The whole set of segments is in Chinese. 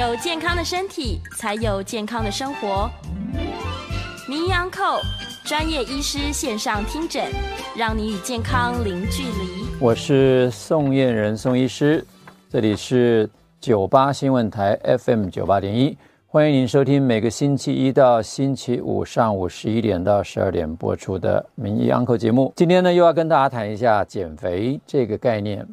有健康的身体，才有健康的生活。名医安扣专业医师线上听诊，让你与健康零距离。 我是宋晏仁宋医师，这里是98新闻台 FM 98.1，欢迎您收听每个星期一到星期五上午11点到12点播出的名医安扣节目。今天呢，又要跟大家谈一下减肥这个概念。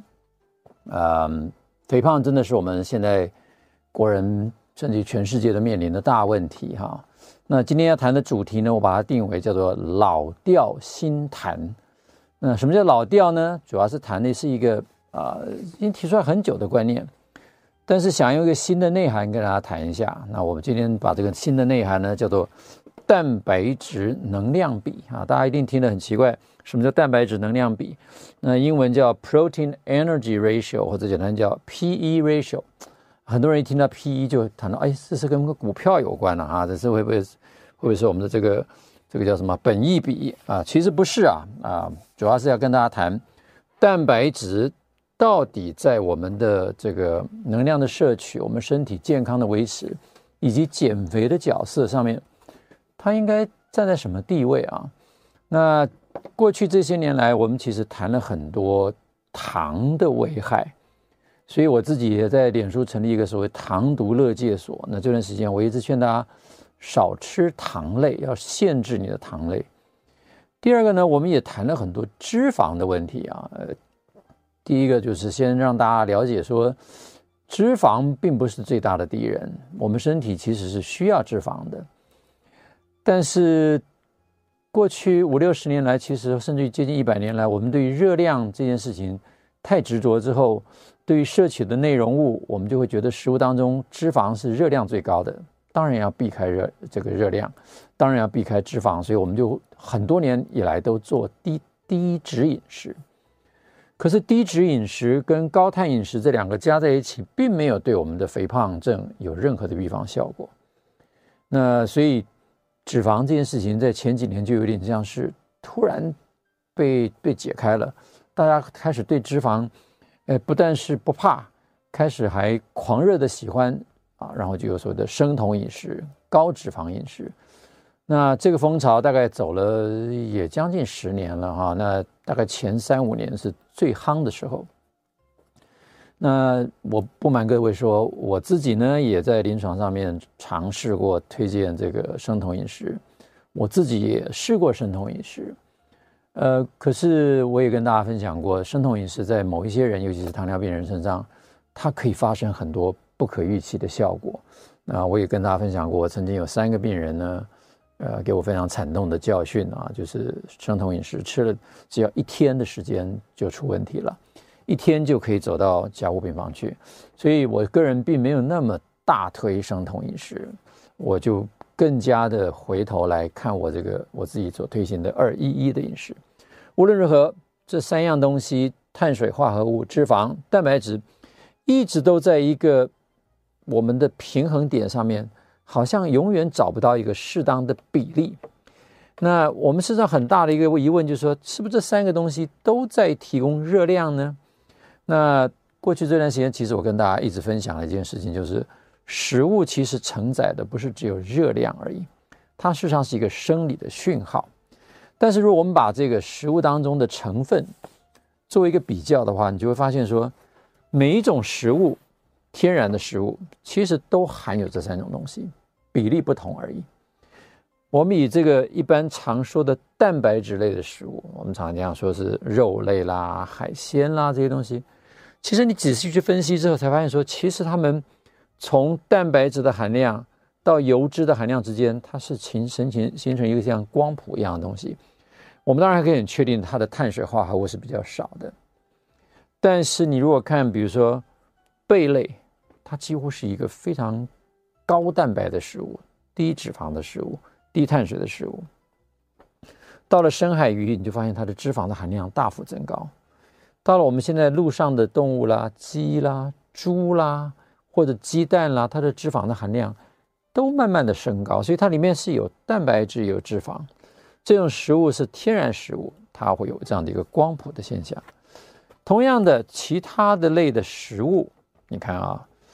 肥胖真的是我们现在国人甚至全世界都面临的大问题哈。那今天要谈的主题呢，我把它定为叫做老调新谈。那什么叫老调呢？主要是谈的是一个已经提出来很久的观念，但是想用一个新的内涵跟大家谈一下。那我们今天把这个新的内涵呢，叫做蛋白质能量比啊，大家一定听得很奇怪，什么叫蛋白质能量比？那英文叫 Protein Energy Ratio， 或者简单叫 PE Ratio。很多人一听到 PE 就谈到，这是跟股票有关了啊，这是会不会是我们的这个叫什么本益比啊？其实不是啊，主要是要跟大家谈蛋白质到底在我们的这个能量的摄取、我们身体健康的维持以及减肥的角色上面，它应该站在什么地位啊？那过去这些年来，我们其实谈了很多糖的危害。所以我自己也在脸书成立一个所谓糖毒乐戒所。那这段时间我一直劝大家少吃糖类，要限制你的糖类。第二个呢，我们也谈了很多脂肪的问题啊。第一个就是先让大家了解说，脂肪并不是最大的敌人，我们身体其实是需要脂肪的。但是过去50-60年来，其实甚至于接近100年来，我们对于热量这件事情太执着之后，对于摄取的内容物，我们就会觉得食物当中脂肪是热量最高的，当然要避开这个热量，当然要避开脂肪，所以我们就很多年以来都做低脂饮食。可是低脂饮食跟高碳饮食这两个加在一起，并没有对我们的肥胖症有任何的预防效果。那所以脂肪这件事情在前几年就有点像是突然被解开了，大家开始对脂肪不但是不怕，开始还狂热的喜欢啊，然后就有所谓的生酮饮食、高脂肪饮食。那这个风潮大概走了也将近10年了哈，那大概前3-5年是最夯的时候。那我不瞒各位说，我自己呢也在临床上面尝试过推荐这个生酮饮食，我自己也试过生酮饮食。可是我也跟大家分享过，生酮饮食在某一些人，尤其是糖尿病人身上，它可以发生很多不可预期的效果。那我也跟大家分享过，我曾经有3个病人呢，给我非常惨痛的教训啊，就是生酮饮食吃了只要1天的时间就出问题了，1天就可以走到加护病房去。所以我个人并没有那么大推生酮饮食，我就更加的回头来看我自己所推行的2-1-1的饮食。无论如何，这3样东西，碳水化合物、脂肪、蛋白质，一直都在一个我们的平衡点上面，好像永远找不到一个适当的比例。那我们事实上很大的一个疑问就是说，是不是这3个东西都在提供热量呢？那过去这段时间，其实我跟大家一直分享的一件事情就是，食物其实承载的不是只有热量而已，它事实上是一个生理的讯号。但是如果我们把这个食物当中的成分做一个比较的话，你就会发现说，每一种食物，天然的食物其实都含有这3种东西，比例不同而已。我们以这个一般常说的蛋白质类的食物，我们常讲说是肉类啦、海鲜啦这些东西，其实你仔细去分析之后才发现说，其实它们从蛋白质的含量到油脂的含量之间，它是形成一个像光谱一样的东西。我们当然可以很确定它的碳水化合物是比较少的，但是你如果看比如说贝类，它几乎是一个非常高蛋白的食物、低脂肪的食物、低碳水的食物。到了深海鱼，你就发现它的脂肪的含量大幅增高。到了我们现在路上的动物啦，鸡啦、猪啦，或者鸡蛋啦，它的脂肪的含量都慢慢的升高，所以它里面是有蛋白质有脂肪。这种食物是天然食物，它会有这样的一个光谱的现象。同样的，其他的类的食物，你看啊，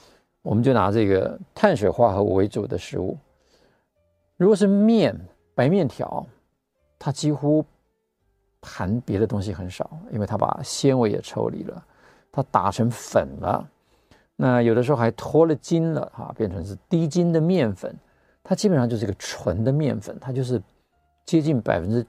我们就拿这个碳水化合物为主的食物，如果是面，白面条，它几乎含别的东西很少，因为它把纤维也抽离了，它打成粉了，那有的时候还脱了筋了变成是低筋的面粉，它基本上就是一个纯的面粉，它就是接近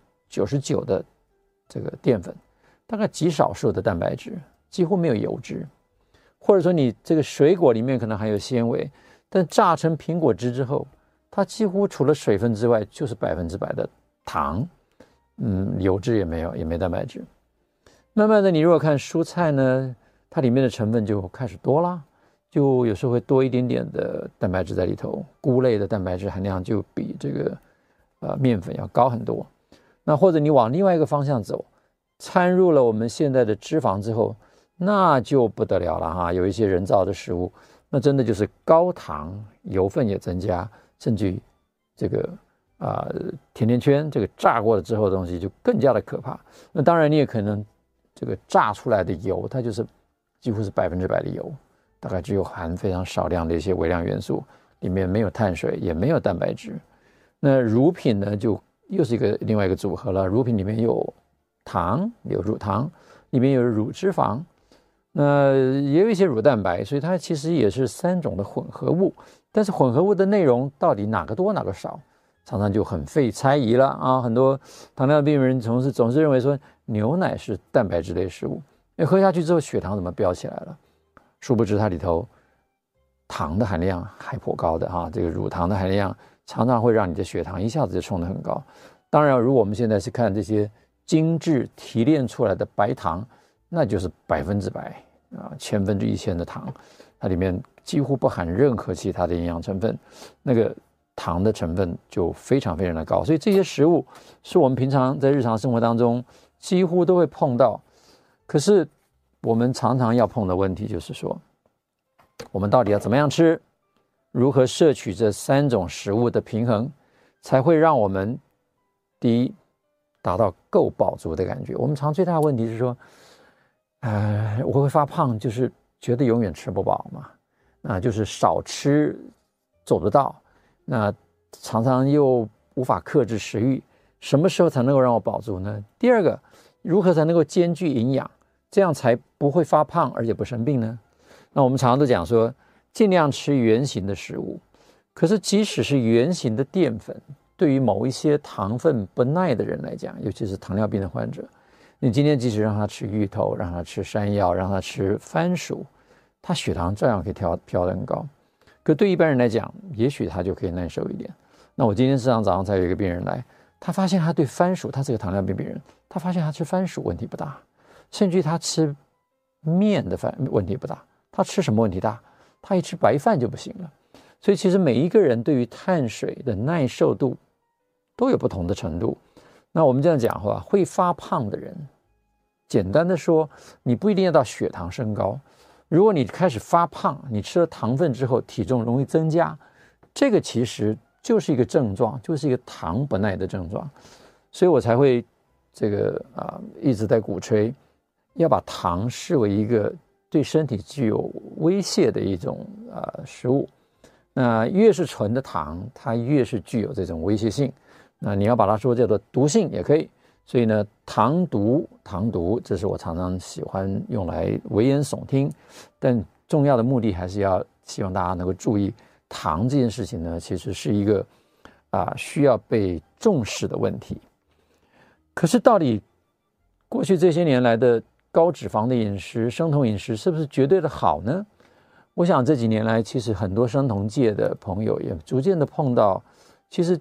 99%的这个淀粉，大概极少数的蛋白质，几乎没有油脂，或者说你这个水果里面可能还有纤维，但榨成苹果汁之后，它几乎除了水分之外就是100%的糖，油脂也没有，也没蛋白质。慢慢的你如果看蔬菜呢，它里面的成分就开始多啦，就有时候会多一点点的蛋白质在里头，菇类的蛋白质含量就比这个面粉要高很多。那或者你往另外一个方向走，掺入了我们现在的脂肪之后，那就不得了了有一些人造的食物，那真的就是高糖，油分也增加，甚至于这个甜甜圈这个炸过了之后的东西就更加的可怕。那当然你也可能这个炸出来的油，它就是几乎是100%的油，大概只有含非常少量的一些微量元素，里面没有碳水也没有蛋白质。那乳品呢就又是另外一个组合了，乳品里面有糖，有乳糖，里面有乳脂肪，那也有一些乳蛋白，所以它其实也是3种的混合物。但是混合物的内容到底哪个多哪个少，常常就很费猜疑了很多糖尿病人总是认为说牛奶是蛋白质类食物，因为喝下去之后血糖怎么飙起来了，殊不知它里头糖的含量还颇高的这个乳糖的含量常常会让你的血糖一下子就冲得很高。当然如果我们现在是看这些精致提炼出来的白糖，那就是100%千分之1000的糖，它里面几乎不含任何其他的营养成分，那个糖的成分就非常非常的高。所以这些食物是我们平常在日常生活当中几乎都会碰到，可是我们常常要碰的问题就是说，我们到底要怎么样吃，如何摄取这3种食物的平衡，才会让我们第一达到够饱足的感觉。我们常最大的问题是说我会发胖，就是觉得永远吃不饱嘛，那就是少吃做不到，那常常又无法克制食欲，什么时候才能够让我饱足呢？第二个，如何才能够兼具营养，这样才不会发胖而且不生病呢？那我们常常都讲说尽量吃原型的食物，可是即使是原型的淀粉，对于某一些糖分不耐的人来讲，尤其是糖尿病的患者，你今天即使让他吃芋头，让他吃山药，让他吃番薯，他血糖照样可以飘得很高。可对一般人来讲，也许他就可以耐受一点。那我今天早上才有一个病人来，他发现他对番薯，他是个糖尿病病人，他发现他吃番薯问题不大，甚至于他吃面的饭问题不大，他吃什么问题大？他一吃白饭就不行了。所以其实每一个人对于碳水的耐受度都有不同的程度。那我们这样讲话，会发胖的人，简单的说，你不一定要到血糖升高，如果你开始发胖，你吃了糖分之后体重容易增加，这个其实就是一个症状，就是一个糖不耐的症状。所以我才会一直在鼓吹要把糖视为一个对身体具有威胁的一种食物。那越是纯的糖，它越是具有这种威胁性。那你要把它说叫做毒性也可以。所以呢，糖毒，这是我常常喜欢用来危言耸听，但重要的目的还是要希望大家能够注意，糖这件事情呢，其实是一个需要被重视的问题。可是到底过去这些年来的高脂肪的饮食、生酮饮食是不是绝对的好呢？我想这几年来，其实很多生酮界的朋友也逐渐的碰到，其实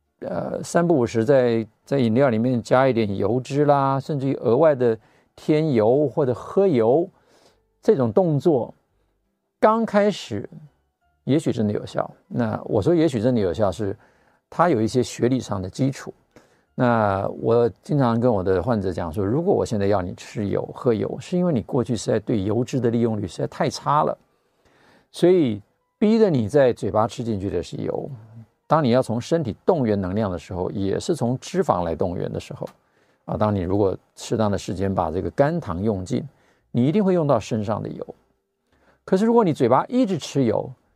3不5时在饮料里面加一点油脂啦，甚至于额外的添油或者喝油，这种动作刚开始也许真的有效。那我说也许真的有效，是它有一些学理上的基础。那我经常跟我的患者讲说，如果我现在要你吃油喝油，是因为你过去实在对油脂的利用率实在太差了，所以逼着你在嘴巴吃进去的是油。当你要从身体动员能量的时候，也是从脂肪来动员的时候当你如果适当的时间把这个肝糖用尽，你一定会用到身上的油。可是如果你嘴巴一直吃油，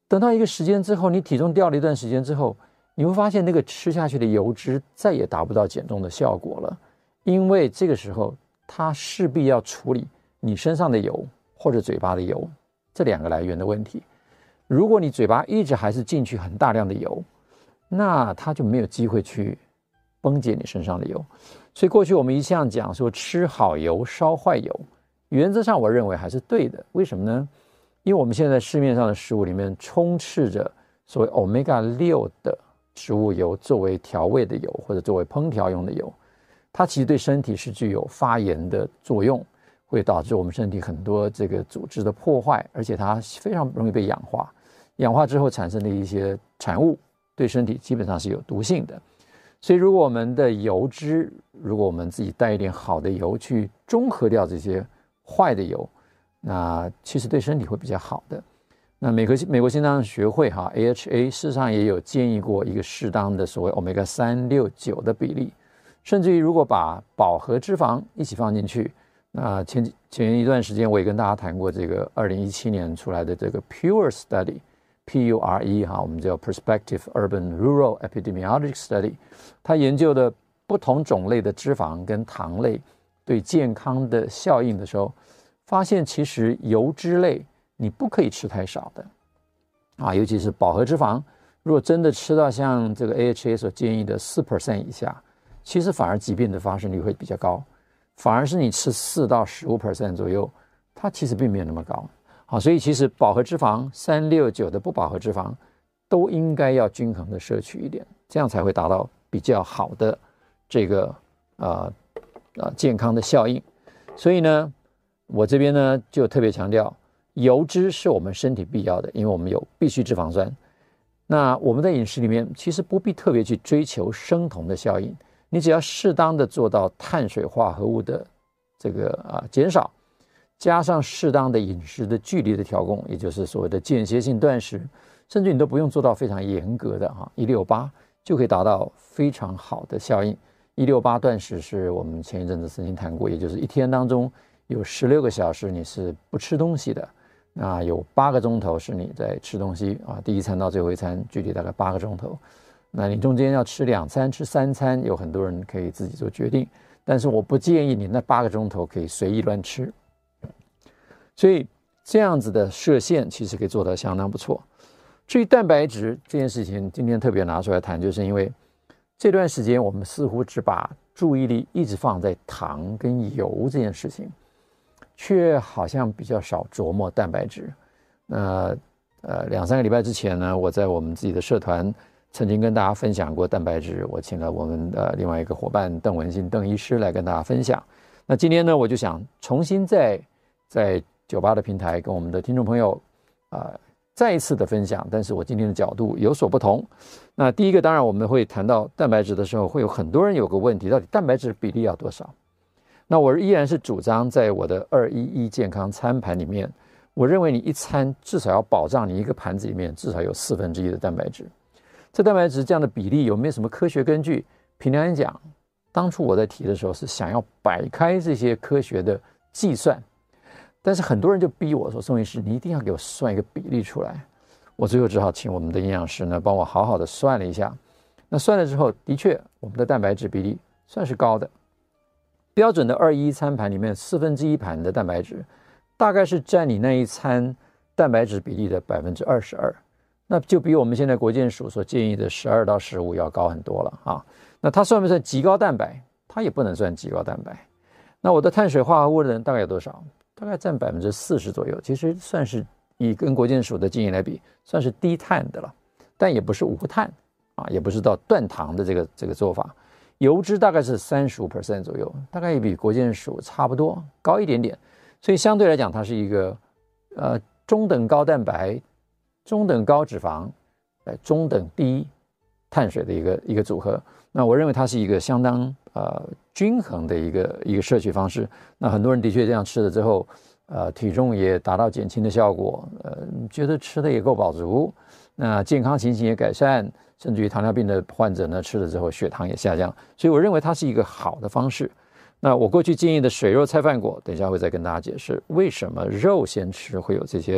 等到一个时间之后，你体重掉了一段时间之后，你会发现那个吃下去的油脂再也达不到减重的效果了，因为这个时候它势必要处理你身上的油或者嘴巴的油这2个来源的问题。如果你嘴巴一直还是进去很大量的油，那它就没有机会去崩解你身上的油。所以过去我们一向讲说吃好油烧坏油，原则上我认为还是对的。为什么呢？因为我们现在市面上的食物里面充斥着所谓 Omega-6 的植物油作为调味的油或者作为烹调用的油，它其实对身体是具有发炎的作用，会导致我们身体很多这个组织的破坏，而且它非常容易被氧化，氧化之后产生的一些产物对身体基本上是有毒性的。所以如果我们的油脂，如果我们自己带一点好的油去中和掉这些坏的油，那其实对身体会比较好的。那美国心脏学会AHA 事实上也有建议过一个适当的所谓 Omega-3、6、9的比例，甚至于如果把饱和脂肪一起放进去，那前一段时间我也跟大家谈过这个2017年出来的这个 Pure Study，PURE 我们叫 Prospective Urban Rural Epidemiologic Study， 它研究的不同种类的脂肪跟糖类对健康的效应的时候，发现其实油脂类你不可以吃太少的尤其是饱和脂肪，如果真的吃到像这个 AHA 所建议的 4% 以下，其实反而疾病的发生率会比较高，反而是你吃4到15% 左右，它其实并没有那么高。所以其实饱和脂肪3、6、9的不饱和脂肪都应该要均衡的摄取一点，这样才会达到比较好的这个健康的效应。所以呢，我这边呢就特别强调，油脂是我们身体必要的，因为我们有必需脂肪酸。那我们在饮食里面其实不必特别去追求生酮的效应，你只要适当的做到碳水化合物的这个减少，加上适当的饮食的距离的调控，也就是所谓的间歇性断食，甚至你都不用做到非常严格的168就可以达到非常好的效应。168断食是我们前一阵子曾经谈过，也就是一天当中有16个小时你是不吃东西的，那有8个钟头是你在吃东西第一餐到最后一餐距离大概8个钟头，那你中间要吃2餐吃3餐，有很多人可以自己做决定，但是我不建议你那8个钟头可以随意乱吃。所以这样子的设限其实可以做得相当不错。至于蛋白质这件事情，今天特别拿出来谈，就是因为这段时间我们似乎只把注意力一直放在糖跟油这件事情，却好像比较少琢磨蛋白质。2、3个礼拜之前呢，我在我们自己的社团曾经跟大家分享过蛋白质，我请了我们的另外一个伙伴邓文信邓医师来跟大家分享。那今天呢，我就想重新在98的平台跟我们的听众朋友再一次的分享，但是我今天的角度有所不同。那第一个，当然我们会谈到蛋白质的时候，会有很多人有个问题，到底蛋白质比例要多少？那我依然是主张在我的211健康餐盘里面，我认为你一餐至少要保障你一个盘子里面至少有1/4的蛋白质。这蛋白质这样的比例有没有什么科学根据？凭良心讲，当初我在提的时候是想要摆开这些科学的计算，但是很多人就逼我说，宋医师你一定要给我算一个比例出来。我最后只好请我们的营养师呢帮我好好的算了一下。那算了之后，的确我们的蛋白质比例算是高的。标准的211餐盘里面1/4盘的蛋白质大概是占你那一餐蛋白质比例的22%，那就比我们现在国健署所建议的12到15要高很多了那它算不算极高蛋白？它也不能算极高蛋白。那我的碳水化合物呢大概有多少？大概占40%左右，其实算是以跟国健署的建议来比，算是低碳的了，但也不是无碳也不是到断糖的这个做法。油脂大概是35% 左右，大概也比国健署差不多高一点点，所以相对来讲，它是一个中等高蛋白、中等高脂肪、中等低碳水的一个组合。那我认为它是一个相当均衡的一个摄取方式。那很多人的确这样吃了之后，体重也达到减轻的效果，觉得吃的也够饱足，那健康情形也改善，甚至于糖尿病的患者呢，吃了之后血糖也下降。所以我认为它是一个好的方式。那我过去建议的水肉菜饭果，等一下会再跟大家解释为什么肉先吃会有这些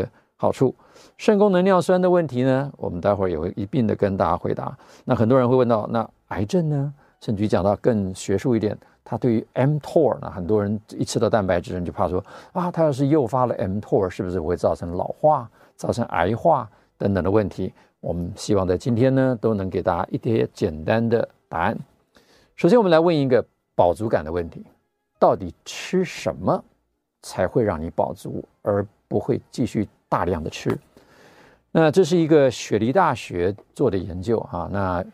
好处。肾功能尿酸的问题呢，我们待会儿也会一并的跟大家回答。那很多人会问到，那癌症呢？甚至于讲到更学术一点，它对于 mTOR 呢，很多人一吃到蛋白质，人就怕说啊，它要是诱发了 mTOR， 是不是会造成老化、造成癌化等等的问题？我们希望在今天呢，都能给大家一些简单的答案。首先，我们来问一个饱足感的问题：到底吃什么才会让你饱足，而不会继续大量的吃？那这是一个雪梨大学做的研究啊。那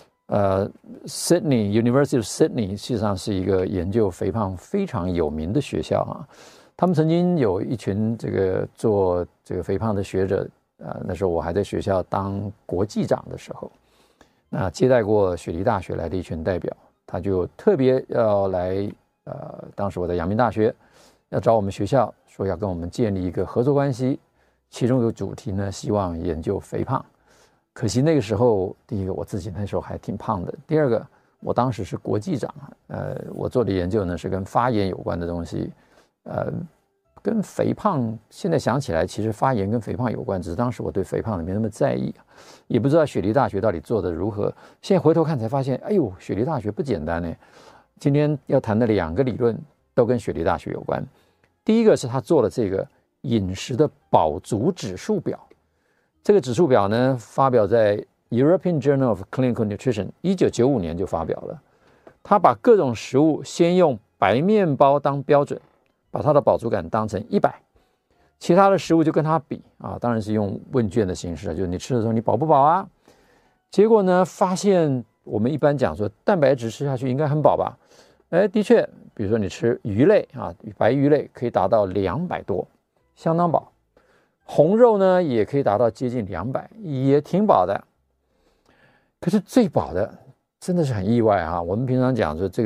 University of Sydney 实际上是一个研究肥胖非常有名的学校啊。他们曾经有一群做这个肥胖的学者，那时候我还在学校当国际长的时候，那接待过雪梨大学来的一群代表，他就特别要来当时我在阳明大学要找我们学校，说要跟我们建立一个合作关系，其中有主题呢，希望研究肥胖。可惜那个时候，第一个我自己那时候还挺胖的，第二个我当时是国际长，我做的研究呢是跟发炎有关的东西，跟肥胖现在想起来，其实发炎跟肥胖有关，只是当时我对肥胖没那么在意，也不知道雪梨大学到底做的如何。现在回头看才发现，哎呦，雪梨大学不简单呢。今天要谈的2个理论都跟雪梨大学有关。第一个是他做了这个饮食的饱足指数表。这个指数表呢，发表在 European Journal of Clinical Nutrition， 1995年就发表了。他把各种食物先用白面包当标准，把它的饱足感当成100，其他的食物就跟它比啊，当然是用问卷的形式，就是你吃的时候你饱不饱啊？结果呢，发现我们一般讲说蛋白质吃下去应该很饱吧？的确，比如说你吃鱼类啊，白鱼类可以达到200多，相当饱。红肉呢也可以达到接近200，也挺饱的。可是最饱的真的是很意外啊！我们平常讲说这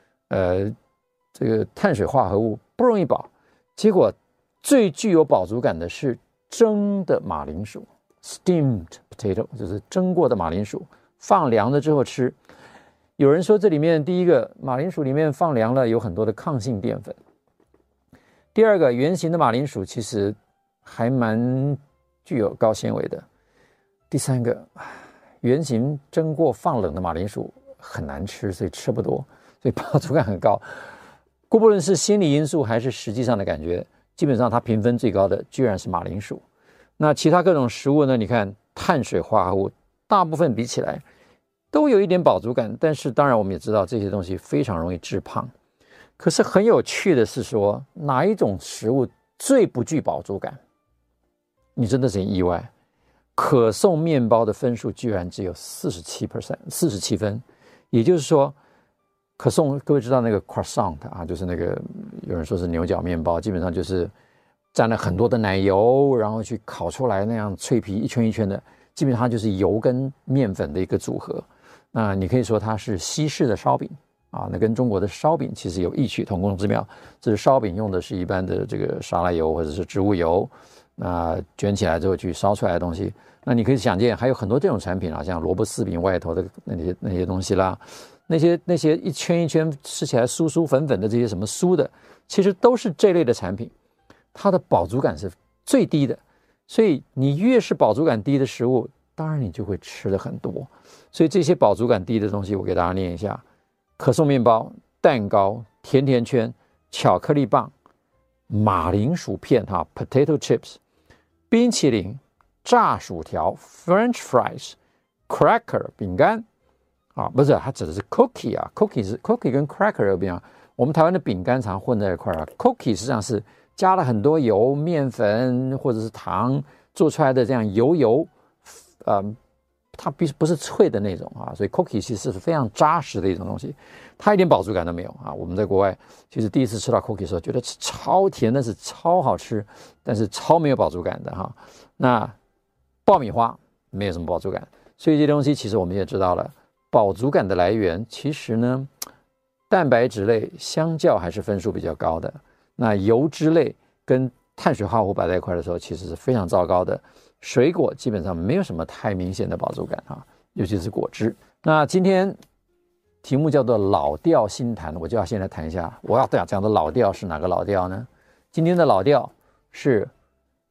个碳水化合物不容易饱，结果最具有饱足感的是蒸的马铃薯 （steamed potato）， 就是蒸过的马铃薯，放凉了之后吃。有人说这里面第一个马铃薯里面放凉了有很多的抗性淀粉，第二个圆形的马铃薯其实还蛮具有高纤维的。第三个，圆形蒸过放冷的马铃薯很难吃，所以吃不多，所以饱足感很高。不论是心理因素还是实际上的感觉，基本上它评分最高的居然是马铃薯。那其他各种食物呢？你看碳水化合物大部分比起来都有一点饱足感，但是当然我们也知道这些东西非常容易致胖。可是很有趣的是说，哪一种食物最不具饱足感？你真的是很意外，可颂面包的分数居然只有47分，也就是说，可颂各位知道那个 croissant 啊，就是那个有人说是牛角面包，基本上就是沾了很多的奶油，然后去烤出来那样脆皮一圈一圈的，基本上就是油跟面粉的一个组合。那你可以说它是西式的烧饼啊，那跟中国的烧饼其实有异曲同工之妙。这是烧饼用的是一般的这个沙拉油或者是植物油。那卷起来之后去烧出来的东西，那你可以想见还有很多这种产品啊，像萝卜丝饼外头的那些东西啦，那些一圈一圈吃起来酥酥粉粉的这些什么酥的，其实都是这类的产品，它的饱足感是最低的。所以你越是饱足感低的食物，当然你就会吃的很多。所以这些饱足感低的东西，我给大家念一下：可颂面包、蛋糕、甜甜圈、巧克力棒、马铃薯片哈 ，potato chips。冰淇淋、炸薯条 （French fries）、cracker 饼干啊，不是，它指的是 cookie 啊 ，cookie 跟 cracker 有不一样。我们台湾的饼干常混在一块儿 ，cookie 实际上是加了很多油、面粉或者是糖做出来的这样油，它不是脆的那种啊，所以 cookie 其实是非常扎实的一种东西，它一点饱足感都没有啊。我们在国外其实第一次吃到 cookie 的时候，觉得超甜，但是超好吃，但是超没有饱足感的哈。那爆米花没有什么饱足感，所以这些东西其实我们也知道了，饱足感的来源其实呢，蛋白质类相较还是分数比较高的，那油脂类跟碳水化合物摆在一块的时候，其实是非常糟糕的。水果基本上没有什么太明显的饱足感啊，尤其是果汁。那今天题目叫做老调新谈，我就要先来谈一下，我要讲的老调是哪个老调呢？今天的老调是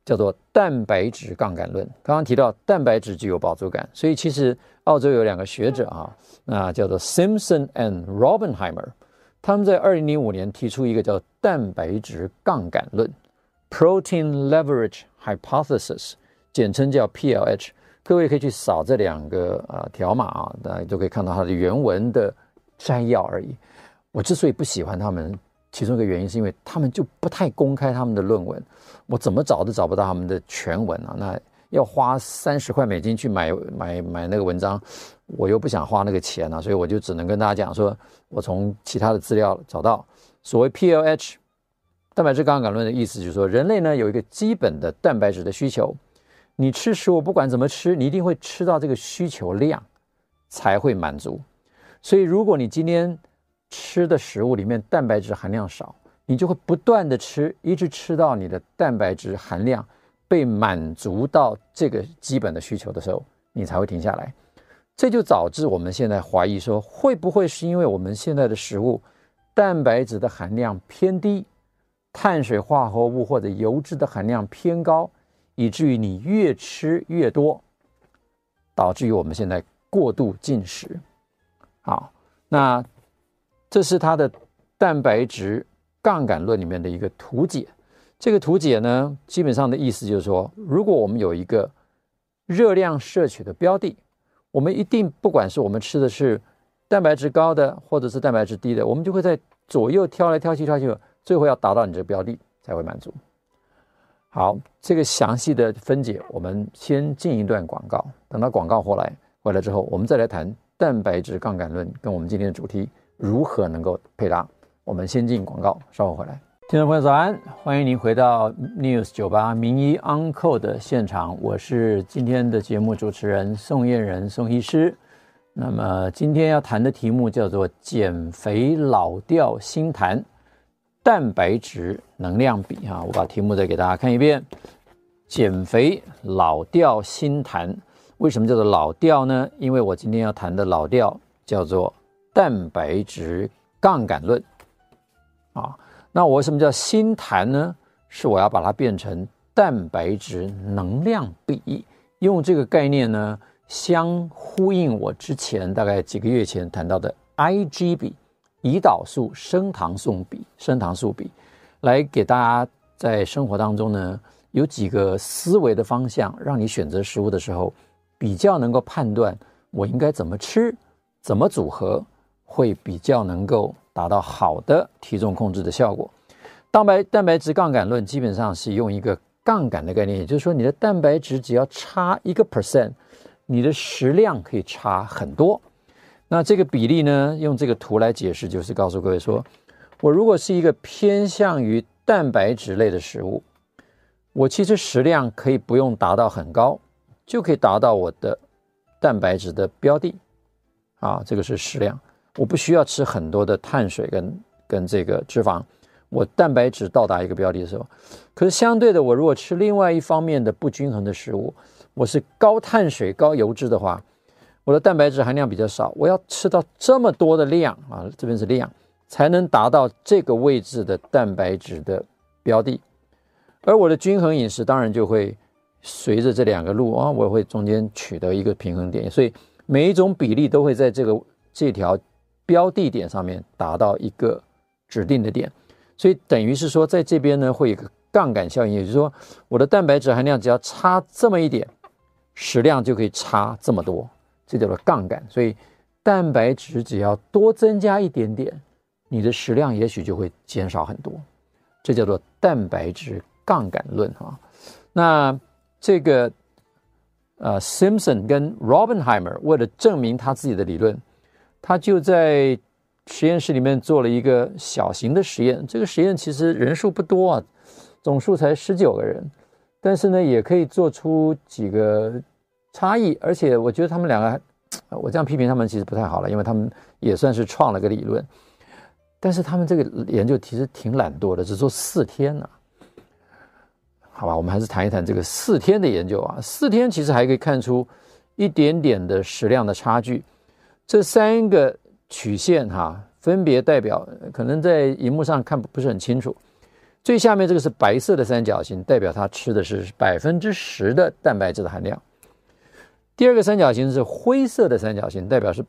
叫做蛋白质杠杆论。刚刚提到蛋白质具有饱足感，所以其实澳洲有2个学者啊，那叫做 Simpson and Robbenheimer， 他们在2005年提出一个叫蛋白质杠杆论 （Protein Leverage Hypothesis）， 简称叫 PLH。各位可以去扫这2个条码啊，大家都可以看到它的原文的摘要而已。我之所以不喜欢他们，其中一个原因是因为他们就不太公开他们的论文，我怎么找都找不到他们的全文啊。那要花$30块去买那个文章，我又不想花那个钱啊，所以我就只能跟大家讲说，我从其他的资料找到所谓 PLH 蛋白质杠杆论的意思，就是说人类呢有一个基本的蛋白质的需求。你吃食物不管怎么吃，你一定会吃到这个需求量才会满足。所以如果你今天吃的食物里面蛋白质含量少，你就会不断的吃，一直吃到你的蛋白质含量被满足到这个基本的需求的时候，你才会停下来。这就导致我们现在怀疑说，会不会是因为我们现在的食物蛋白质的含量偏低，碳水化合物或者油脂的含量偏高，以至于你越吃越多，导致于我们现在过度进食。好，那这是它的蛋白质杠杆论里面的一个图解。这个图解呢，基本上的意思就是说，如果我们有一个热量摄取的标的，我们一定不管是我们吃的是蛋白质高的或者是蛋白质低的，我们就会在左右挑来挑去，最后要达到你这个标的才会满足。好，这个详细的分解我们先进一段广告，等到广告回来之后，我们再来谈蛋白质杠杆论跟我们今天的主题如何能够配搭。我们先进广告，稍后回来。听众朋友早安，欢迎您回到 News 98名医 Uncle 的现场，我是今天的节目主持人宋晏仁宋医师。那么今天要谈的题目叫做减肥老调新谈蛋白质能量比啊，我把题目再给大家看一遍。减肥老调新谈，为什么叫做老调呢？因为我今天要谈的老调叫做蛋白质杠杆论啊。那我为什么叫新谈呢？是我要把它变成蛋白质能量比，用这个概念呢，相呼应我之前大概几个月前谈到的 IG 比，胰岛素升糖素比，来给大家在生活当中呢有几个思维的方向，让你选择食物的时候比较能够判断我应该怎么吃，怎么组合，会比较能够达到好的体重控制的效果。蛋白质杠杆论基本上是用一个杠杆的概念，也就是说你的蛋白质只要差1%，你的食量可以差很多。那这个比例呢，用这个图来解释，就是告诉各位说，我如果是一个偏向于蛋白质类的食物，我其实食量可以不用达到很高，就可以达到我的蛋白质的标的啊，这个是食量，我不需要吃很多的碳水跟这个脂肪，我蛋白质到达一个标的的时候。可是相对的，我如果吃另外一方面的不均衡的食物，我是高碳水高油脂的话，我的蛋白质含量比较少，我要吃到这么多的量啊，这边是量，才能达到这个位置的蛋白质的标的。而我的均衡饮食当然就会随着这2个路啊，我会中间取得一个平衡点，所以每一种比例都会在这条标的点上面达到一个指定的点，所以等于是说在这边呢会有一个杠杆效应，也就是说我的蛋白质含量只要差这么一点，食量就可以差这么多，这叫做杠杆。所以蛋白质只要多增加一点点，你的食量也许就会减少很多，这叫做蛋白质杠杆论啊。那这个Simpson 跟 Robbenheimer 为了证明他自己的理论，他就在实验室里面做了一个小型的实验。这个实验其实人数不多啊，总数才19个人，但是呢也可以做出几个差异。而且我觉得他们2个，我这样批评他们其实不太好了，因为他们也算是创了个理论，但是他们这个研究其实挺懒惰的，只做4天啊。好吧，我们还是谈一谈这个4天的研究啊。4天其实还可以看出一点点的食量的差距。这3个曲线分别代表，可能在荧幕上看不是很清楚， 最下面这个是白色的三角形，代表它吃的是10%的蛋白质的含量。第二个三角形是灰色的三角形，代表是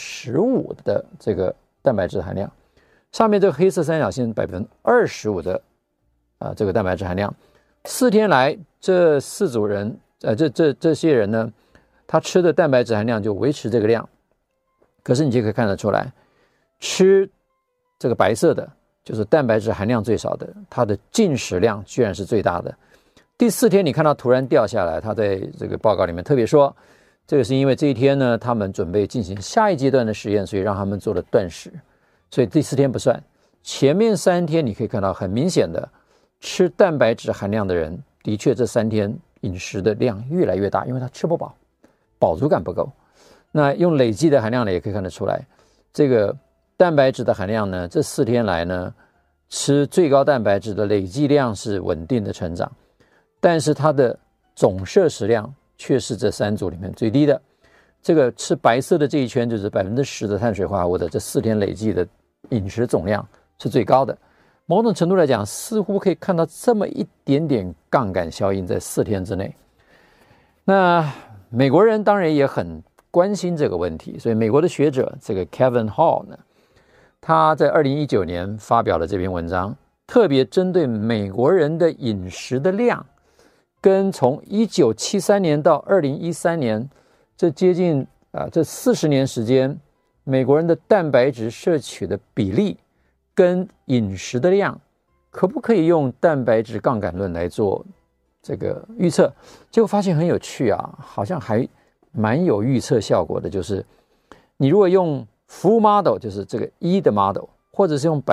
15%的这个蛋白质含量。上面这个黑色三角形25%的这个蛋白质含量。4天来，这4组人，这些人呢，他吃的蛋白质含量就维持这个量。可是你就可以看得出来，吃这个白色的，就是蛋白质含量最少的，它的进食量居然是最大的。第4天你看到突然掉下来，他在这个报告里面特别说，这个是因为这一天呢，他们准备进行下一阶段的实验，所以让他们做了断食，所以第4天不算。前面3天你可以看到很明显的，吃蛋白质含量的人，的确这3天饮食的量越来越大，因为他吃不饱，饱足感不够。那用累计的含量呢，也可以看得出来，这个蛋白质的含量呢，这4天来呢，吃最高蛋白质的累计量是稳定的成长，但是它的总摄食量却是这3组里面最低的。这个吃白色的这一圈，就是 10% 的碳水化合物的这4天累计的饮食总量是最高的。某种程度来讲，似乎可以看到这么一点点杠杆效应在4天之内。那美国人当然也很关心这个问题，所以美国的学者这个 Kevin Hall 呢，他在2019年发表了这篇文章，特别针对美国人的饮食的量，跟从1973年到2013年这接近这40年时间，美国人的蛋白质摄取的比例跟饮食的量，可不可以用蛋白质杠杆论来做这个预测？结果发现很有趣啊，好像还蛮有预测效果的。就是你如果用 full model， 就是这个1的 model， 或者是用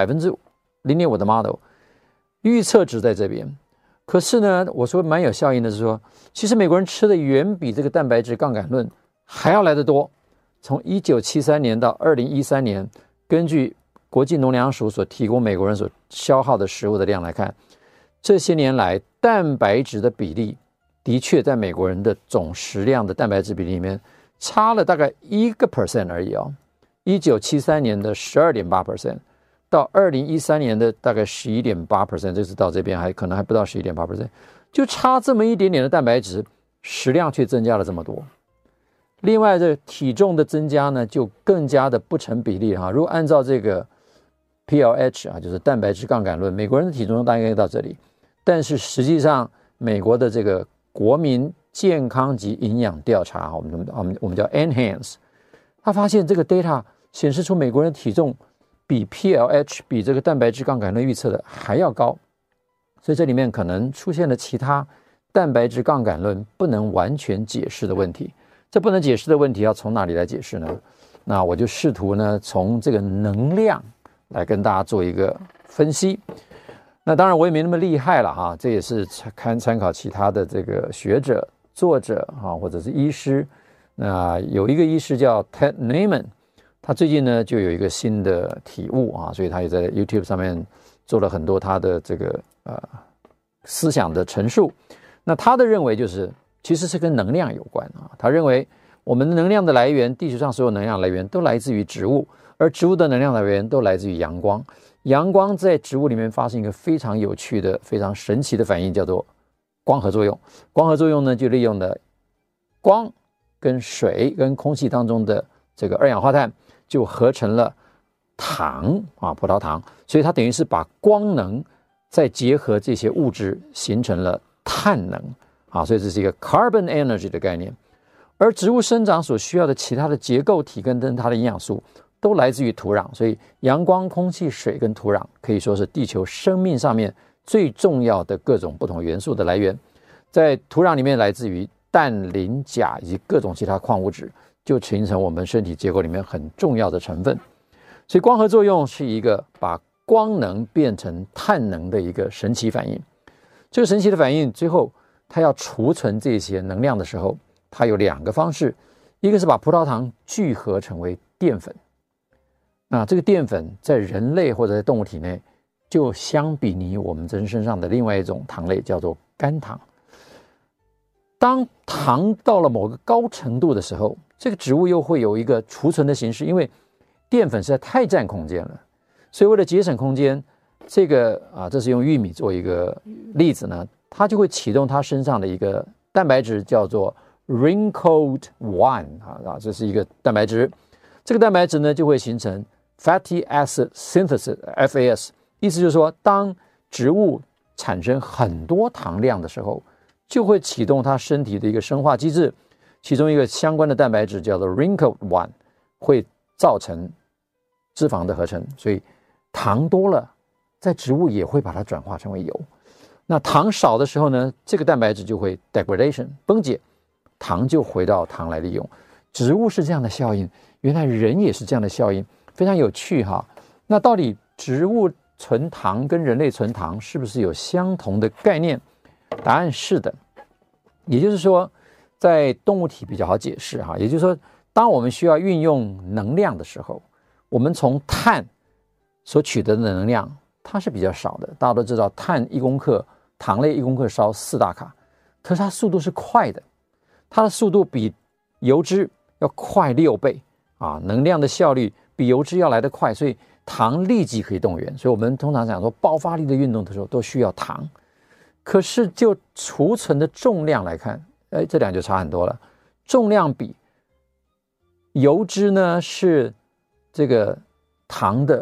0.5% 的 model， 预测值在这边。可是呢，我说蛮有效应的是说，其实美国人吃的远比这个蛋白质杠杆论还要来得多。从1973年到2013年，根据国际农粮署所提供美国人所消耗的食物的量来看，这些年来蛋白质的比例的确在美国人的总食量的蛋白质比例里面差了大概1% 而已哦。1973年的 12.8% 到2013年的大概 11.8%， 这是到这边可能还不到 11.8%， 就差这么一点点的蛋白质，食量却增加了这么多。另外，这体重的增加呢，就更加的不成比例哈。如果按照这个 PLH 就是蛋白质杠杆论，美国人的体重大概到这里，但是实际上美国的这个国民健康及营养调查，我们叫 NHANES， 他发现这个 data 显示出美国人的体重比 PLH 比这个蛋白质杠杆论预测的还要高，所以这里面可能出现了其他蛋白质杠杆论不能完全解释的问题。这不能解释的问题要从哪里来解释呢？那我就试图呢从这个能量来跟大家做一个分析。那当然我也没那么厉害了哈，这也是参考其他的这个学者、作者或者是医师。那有一个医师叫 Ted Naiman， 他最近呢就有一个新的体悟所以他也在 YouTube 上面做了很多他的这个思想的陈述。那他的认为就是其实是跟能量有关他认为我们的能量的来源，地球上所有能量来源都来自于植物，而植物的能量来源都来自于阳光。阳光在植物里面发生一个非常有趣的、非常神奇的反应，叫做光合作用。光合作用呢，就利用了光跟水跟空气当中的这个二氧化碳，就合成了糖葡萄糖。所以它等于是把光能再结合这些物质，形成了碳能所以这是一个 carbon energy 的概念。而植物生长所需要的其他的结构体跟它的营养素都来自于土壤，所以阳光、空气、水跟土壤可以说是地球生命上面最重要的各种不同元素的来源。在土壤里面来自于氮、磷、钾以及各种其他矿物质，就形成我们身体结构里面很重要的成分。所以光合作用是一个把光能变成碳能的一个神奇反应。这个神奇的反应最后它要储存这些能量的时候，它有2个方式，一个是把葡萄糖聚合成为淀粉。那这个淀粉在人类或者在动物体内，就相比拟我们人身上的另外一种糖类，叫做甘糖。当糖到了某个高程度的时候，这个植物又会有一个储存的形式，因为淀粉实在太占空间了，所以为了节省空间， 这个这是用玉米做一个例子呢，它就会启动它身上的一个蛋白质，叫做 wrinkled one 这是一个蛋白质。这个蛋白质呢就会形成 fatty acid synthesis FAS， 意思就是说，当植物产生很多糖量的时候，就会启动它身体的一个生化机制，其中一个相关的蛋白质叫做 wrinkled one， 会造成脂肪的合成。所以糖多了，在植物也会把它转化成为油。那糖少的时候呢，这个蛋白质就会 degradation 崩解，糖就回到糖来利用。植物是这样的效应，原来人也是这样的效应，非常有趣哈。那到底植物存糖跟人类存糖是不是有相同的概念？答案是的。也就是说，在动物体比较好解释哈，也就是说，当我们需要运用能量的时候，我们从碳所取得的能量它是比较少的。大家都知道，碳1公克，糖类1公克烧4大卡，可是它速度是快的，它的速度比油脂要快6倍能量的效率比油脂要来得快，所以糖立即可以动员。所以我们通常讲说，爆发力的运动的时候都需要糖。可是就储存的重量来看，这两就差很多了。重量比油脂呢是这个糖的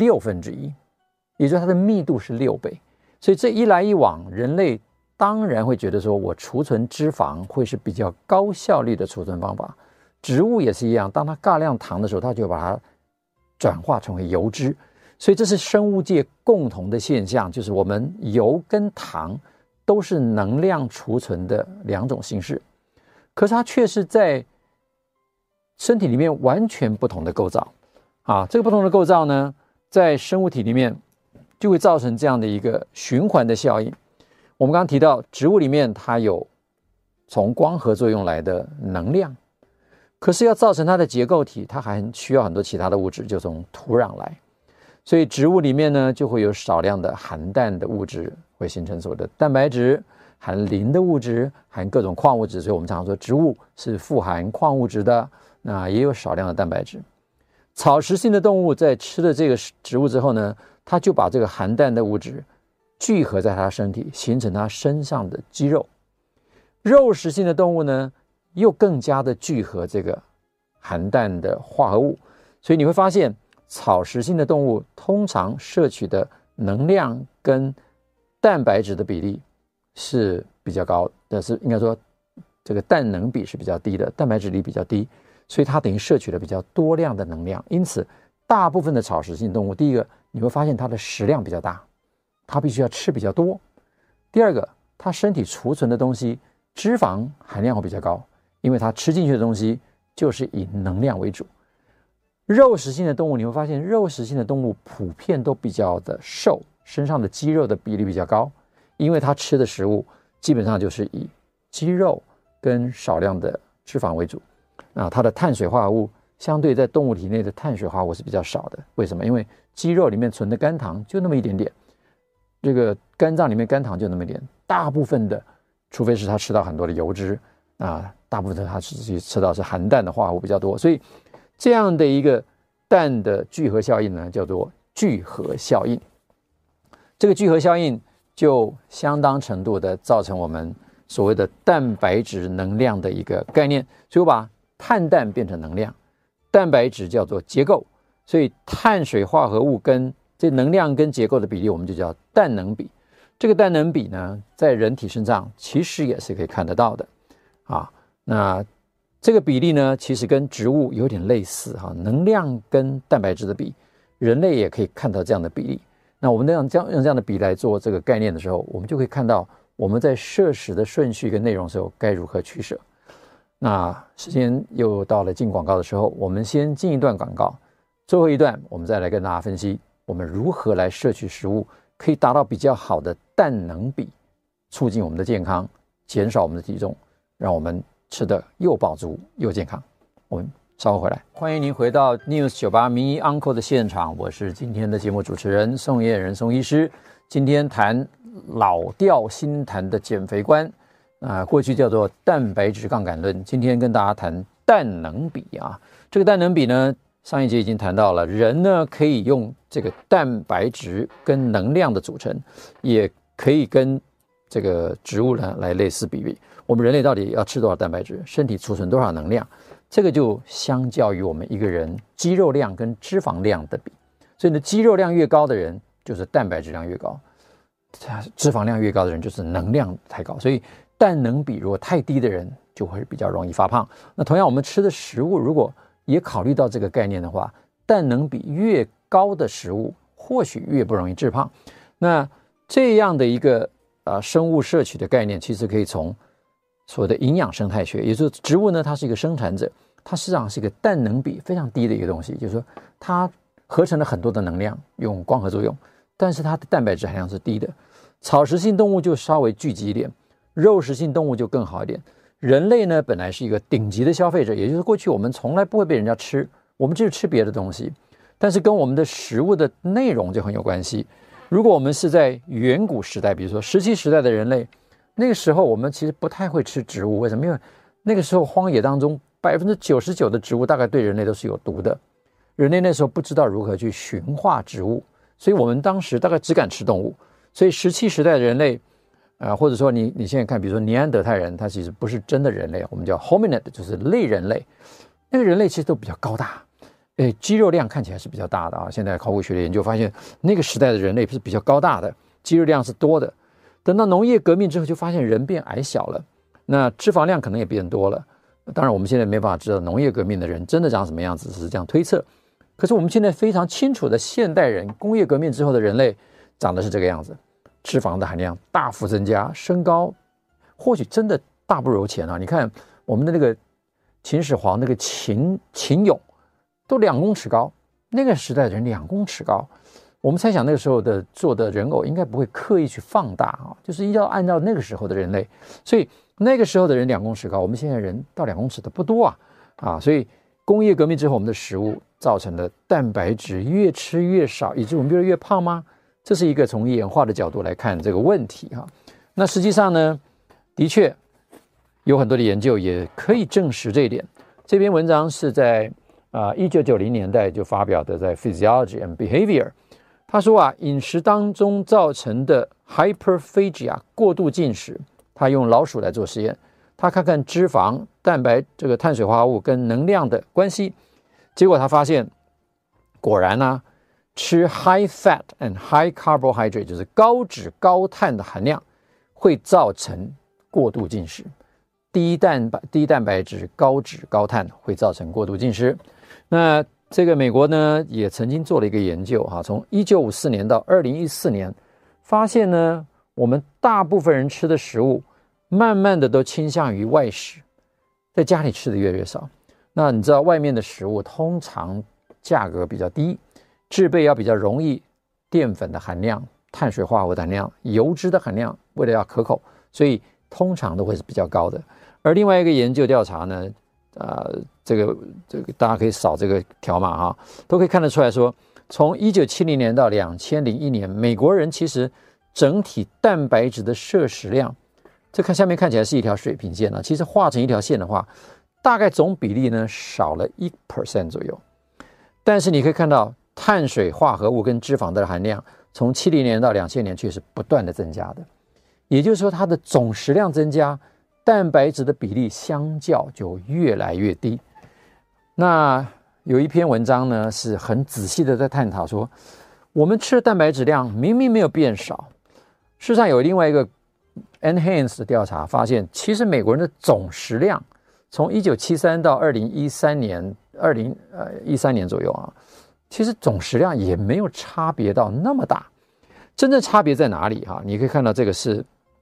1/6，也就是它的密度是6倍。所以这一来一往，人类当然会觉得说，我储存脂肪会是比较高效率的储存方法。植物也是一样，当它大量糖的时候，它就把它转化成为油脂。所以这是生物界共同的现象，就是我们油跟糖都是能量储存的2种形式，可是它却是在身体里面完全不同的构造这个不同的构造呢，在生物体里面就会造成这样的一个循环的效应。我们刚刚提到植物里面它有从光合作用来的能量，可是要造成它的结构体，它还需要很多其他的物质，就从土壤来。所以植物里面呢，就会有少量的含氮的物质，会形成所谓的蛋白质，含磷的物质，含各种矿物质。所以我们常说植物是富含矿物质的，那也有少量的蛋白质。草食性的动物在吃了这个植物之后呢，它就把这个含氮的物质聚合在它身体，形成它身上的肌肉。肉食性的动物呢，又更加的聚合这个含氮的化合物。所以你会发现，草食性的动物通常摄取的能量跟蛋白质的比例是比较高，但是应该说这个氮能比是比较低的，蛋白质比比较低，所以它等于摄取了比较多量的能量。因此大部分的草食性动物，第一个你会发现它的食量比较大，它必须要吃比较多。第二个，它身体储存的东西脂肪含量会比较高，因为它吃进去的东西就是以能量为主。肉食性的动物，你会发现肉食性的动物普遍都比较的瘦，身上的肌肉的比例比较高，因为它吃的食物基本上就是以肌肉跟少量的脂肪为主。它的碳水化合物相对在动物体内的碳水化合物是比较少的。为什么？因为肌肉里面存的肝糖就那么一点点，这个肝脏里面肝糖就那么一点，大部分的除非是它吃到很多的油脂大部分的它吃到是含氮的化合物比较多。所以这样的一个氮的聚合效应呢，叫做聚合效应。这个聚合效应就相当程度的造成我们所谓的蛋白质能量的一个概念。所以我把碳氮变成能量，蛋白质叫做结构，所以碳水化合物跟这能量跟结构的比例，我们就叫氮能比。这个氮能比呢，在人体身上其实也是可以看得到的那这个比例呢，其实跟植物有点类似能量跟蛋白质的比，人类也可以看到这样的比例。那我们用这样的比来做这个概念的时候，我们就可以看到我们在摄食的顺序跟内容的时候该如何取舍。那时间又到了进广告的时候，我们先进一段广告，最后一段我们再来跟大家分析我们如何来摄取食物可以达到比较好的氮能比，促进我们的健康，减少我们的体重，让我们吃的又饱足又健康。我们稍后回来。欢迎您回到 News 98名医 Uncle 的现场，我是今天的节目主持人宋晏仁宋医师。今天谈老调新谈的减肥观过去叫做蛋白质杠杆论，今天跟大家谈氮能比这个氮能比呢， 上一节已经谈到了，人呢可以用这个蛋白质跟能量的组成，也可以跟这个植物呢来类似比比。我们人类到底要吃多少蛋白质，身体储存多少能量，这个就相较于我们一个人肌肉量跟脂肪量的比。所以呢，肌肉量越高的人就是蛋白质量越高，脂肪量越高的人就是能量太高。所以蛋能比如果太低的人就会比较容易发胖。那同样我们吃的食物如果也考虑到这个概念的话，蛋能比越高的食物或许越不容易致胖。那这样的一个生物摄取的概念，其实可以从所谓的营养生态学，也就是植物呢，它是一个生产者，它实际上是一个蛋能比非常低的一个东西，就是说它合成了很多的能量，用光合作用，但是它的蛋白质含量是低的。草食性动物就稍微聚集一点，肉食性动物就更好一点。人类呢，本来是一个顶级的消费者，也就是过去我们从来不会被人家吃，我们就是吃别的东西，但是跟我们的食物的内容就很有关系。如果我们是在远古时代，比如说17时代的人类，那个时候我们其实不太会吃植物，为什么？因为那个时候荒野当中99%的植物大概对人类都是有毒的，人类那时候不知道如何去驯化植物，所以我们当时大概只敢吃动物。所以17时代的人类或者说你现在看，比如说尼安德泰人，他其实不是真的人类，我们叫 hominid， 就是类人类。那个人类其实都比较高大，肌肉量看起来是比较大的啊。现在考古学的研究发现，那个时代的人类是比较高大的，肌肉量是多的。等到农业革命之后，就发现人变矮小了，那脂肪量可能也变多了。当然我们现在没办法知道农业革命的人真的长什么样子，只是这样推测。可是我们现在非常清楚的现代人，工业革命之后的人类长得是这个样子，脂肪的含量大幅增加，身高或许真的大不如前啊。你看我们的那个秦始皇那个秦俑都2公尺高，那个时代的人2公尺高。我们猜想那个时候的做的人偶应该不会刻意去放大啊，就是要按照那个时候的人类。所以那个时候的人2公尺高，我们现在人到2公尺的不多啊。所以工业革命之后，我们的食物造成了蛋白质越吃越少，以致我们越来越胖吗？这是一个从演化的角度来看这个问题哈。那实际上呢，的确有很多的研究也可以证实这一点。这篇文章是在1990年代就发表的，在 Physiology and Behavior。他说饮食当中造成的 hyperphagia 过度进食，他用老鼠来做实验，他看看脂肪、蛋白这个碳水化合物跟能量的关系，结果他发现果然吃 high fat and high carbohydrate 就是高脂高碳的含量会造成过度进食，低蛋白质高脂高碳会造成过度进食。那这个美国呢也曾经做了一个研究从1954年到2014年，发现呢我们大部分人吃的食物慢慢的都倾向于外食，在家里吃的越来越少。那你知道外面的食物通常价格比较低，制备要比较容易，淀粉的含量、碳水化合物的含量、油脂的含量为了要可口，所以通常都会是比较高的。而另外一个研究调查呢这个大家可以扫这个条码都可以看得出来说，从1970年到2001年，美国人其实整体蛋白质的摄食量，这下面看起来是一条水平线其实画成一条线的话，大概总比例呢少了 1% 左右。但是你可以看到碳水化合物跟脂肪的含量从70年到2000年却是不断的增加的，也就是说它的总食量增加，蛋白质的比例相较就越来越低。那有一篇文章呢是很仔细的在探讨说，我们吃的蛋白质量明明没有变少，事实上有另外一个 Enhance 的调查发现，其实美国人的总食量从1973到2013年左右其实总食量也没有差别到那么大。真正差别在哪里你可以看到这个是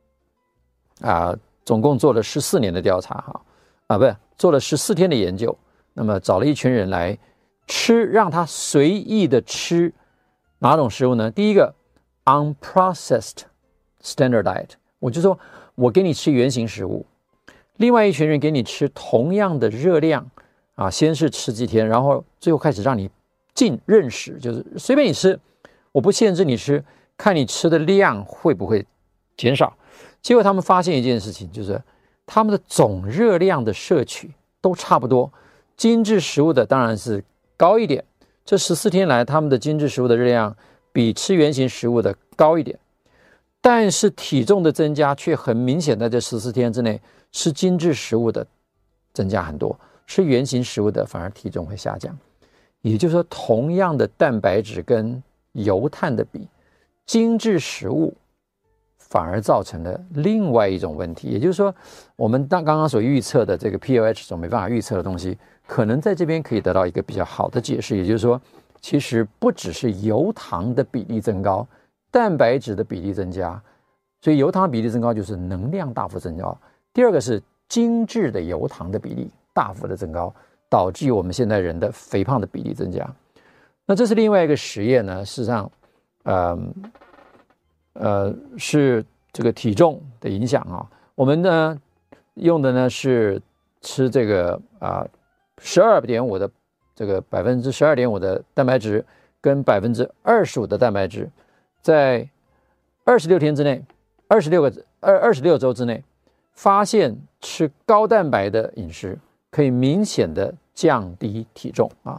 总共做了14年的调查做了14天的研究。那么找了一群人来吃，让他随意的吃哪种食物呢？第一个 unprocessed standard diet， 我就说我给你吃原型食物。另外一群人给你吃同样的热量先是吃几天，然后最后开始让你进认识，就是随便你吃，我不限制你吃，看你吃的量会不会减少。结果他们发现一件事情，就是他们的总热量的摄取都差不多。精致食物的当然是高一点。这14天来，他们的精致食物的热量比吃原型食物的高一点，但是体重的增加却很明显，在这14天之内，吃精致食物的增加很多，吃原型食物的反而体重会下降。也就是说，同样的蛋白质跟油碳的比，精致食物反而造成了另外一种问题。也就是说，我们刚刚所预测的这个 PLH 所没办法预测的东西，可能在这边可以得到一个比较好的解释。也就是说，其实不只是油糖的比例增高，蛋白质的比例增加，所以油糖比例增高就是能量大幅增高。第二个是精致的油糖的比例大幅的增高，导致我们现代人的肥胖的比例增加。那这是另外一个实验呢，事实上是这个体重的影响啊。我们呢用的呢是吃这个12.5%的这个12.5%的蛋白质跟25%的蛋白质，在26天之内，26周之内，发现吃高蛋白的饮食可以明显的降低体重啊。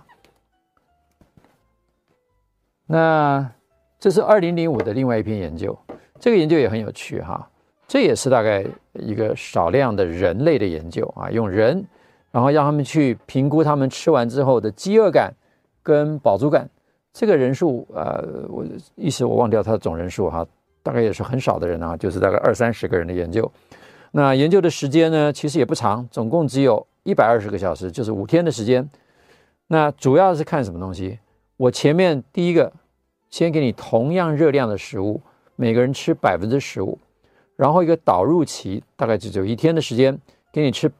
那这是2005的另外一篇研究，这个研究也很有趣哈，这也是大概一个少量的人类的研究啊，用人，然后让他们去评估他们吃完之后的饥饿感跟饱足感。这个人数我一时我忘掉他的总人数哈，大概也是很少的人啊，就是大概20-30个人的研究。那研究的时间呢，其实也不长，总共只有120个小时，就是5天的时间。那主要是看什么东西？我前面第一个先给你同样热量的食物，每个人吃15%，然后一个导入期大概只有1天的时间，给你吃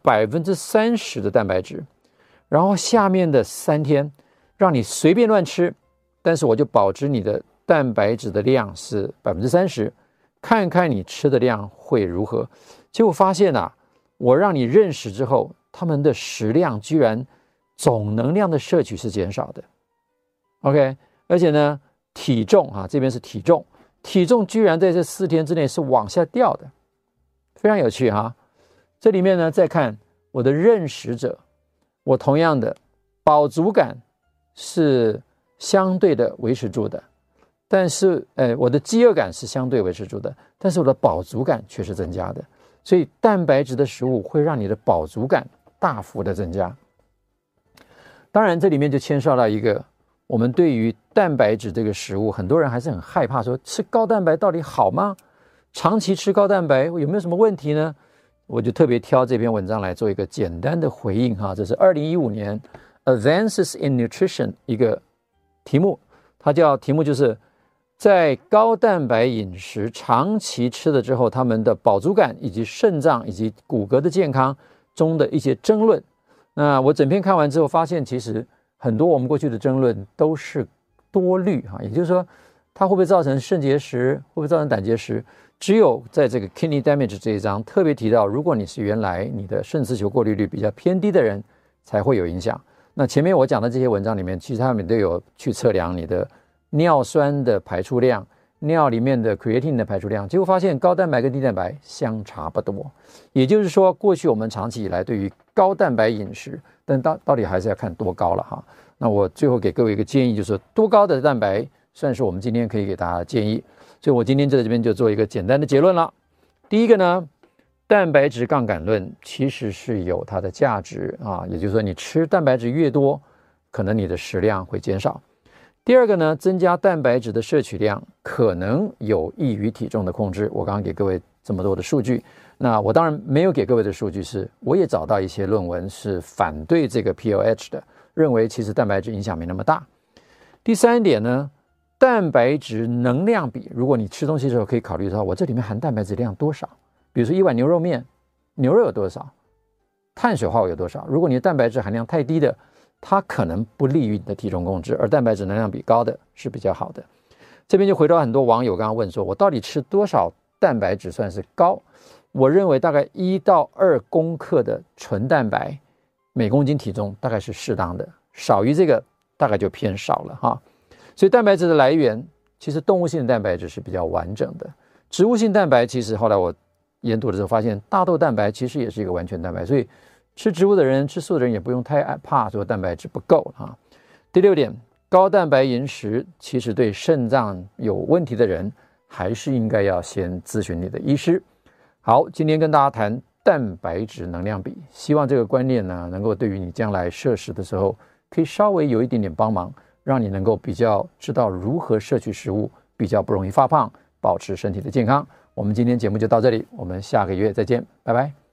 30%的蛋白质，然后下面的3天让你随便乱吃，但是我就保持你的蛋白质的量是30%，看看你吃的量会如何。结果发现啊，我让你认识之后，他们的食量居然总能量的摄取是减少的。OK， 而且呢，体重啊，这边是体重居然在这4天之内是往下掉的，非常有趣哈。这里面呢，再看我的认识者，我同样的饱足感是相对的维持住的，但是我的饥饿感是相对维持住的，但是我的饱足感却是增加的。所以蛋白质的食物会让你的饱足感大幅的增加。当然这里面就牵涉到一个，我们对于蛋白质这个食物，很多人还是很害怕，说吃高蛋白到底好吗？长期吃高蛋白有没有什么问题呢？我就特别挑这篇文章来做一个简单的回应哈。这是2015年 Advances in Nutrition 一个题目，题目就是在高蛋白饮食长期吃了之后，他们的饱足感以及肾脏以及骨骼的健康中的一些争论。那我整篇看完之后发现，其实很多我们过去的争论都是多虑哈，也就是说它会不会造成肾结石，会不会造成胆结石，只有在这个 kidney damage 这一章特别提到，如果你是原来你的肾丝球过滤率比较偏低的人才会有影响。那前面我讲的这些文章里面，其实他们都有去测量你的尿酸的排出量，尿里面的 creatine 的排出量，结果发现高蛋白跟低蛋白相差不多。也就是说，过去我们长期以来对于高蛋白饮食，但到底还是要看多高了哈。那我最后给各位一个建议，就是多高的蛋白算是我们今天可以给大家的建议。所以我今天在这边就做一个简单的结论了。第一个呢，蛋白质杠杆论其实是有它的价值啊，也就是说你吃蛋白质越多，可能你的食量会减少。第二个呢，增加蛋白质的摄取量可能有益于体重的控制。我刚刚给各位这么多的数据，那我当然没有给各位的数据是，我也找到一些论文是反对这个 PLH 的，认为其实蛋白质影响没那么大。第三点呢，蛋白质能量比，如果你吃东西的时候可以考虑到我这里面含蛋白质量多少，比如说一碗牛肉面，牛肉有多少，碳水化合物有多少，如果你的蛋白质含量太低的，它可能不利于你的体重控制，而蛋白质能量比高的是比较好的。这边就回到很多网友刚刚问说，我到底吃多少蛋白质算是高？我认为大概1到2公克的纯蛋白每公斤体重大概是适当的，少于这个大概就偏少了哈。所以蛋白质的来源，其实动物性的蛋白质是比较完整的，植物性蛋白其实后来我研读的时候发现，大豆蛋白其实也是一个完全蛋白，所以吃植物的人吃素的人也不用太怕说蛋白质不够哈。 第6点，高蛋白饮食其实对肾脏有问题的人，还是应该要先咨询你的医师。好，今天跟大家谈蛋白质能量比，希望这个观念呢，能够对于你将来摄食的时候，可以稍微有一点点帮忙，让你能够比较知道如何摄取食物，比较不容易发胖，保持身体的健康。我们今天节目就到这里，我们下个月再见，拜拜。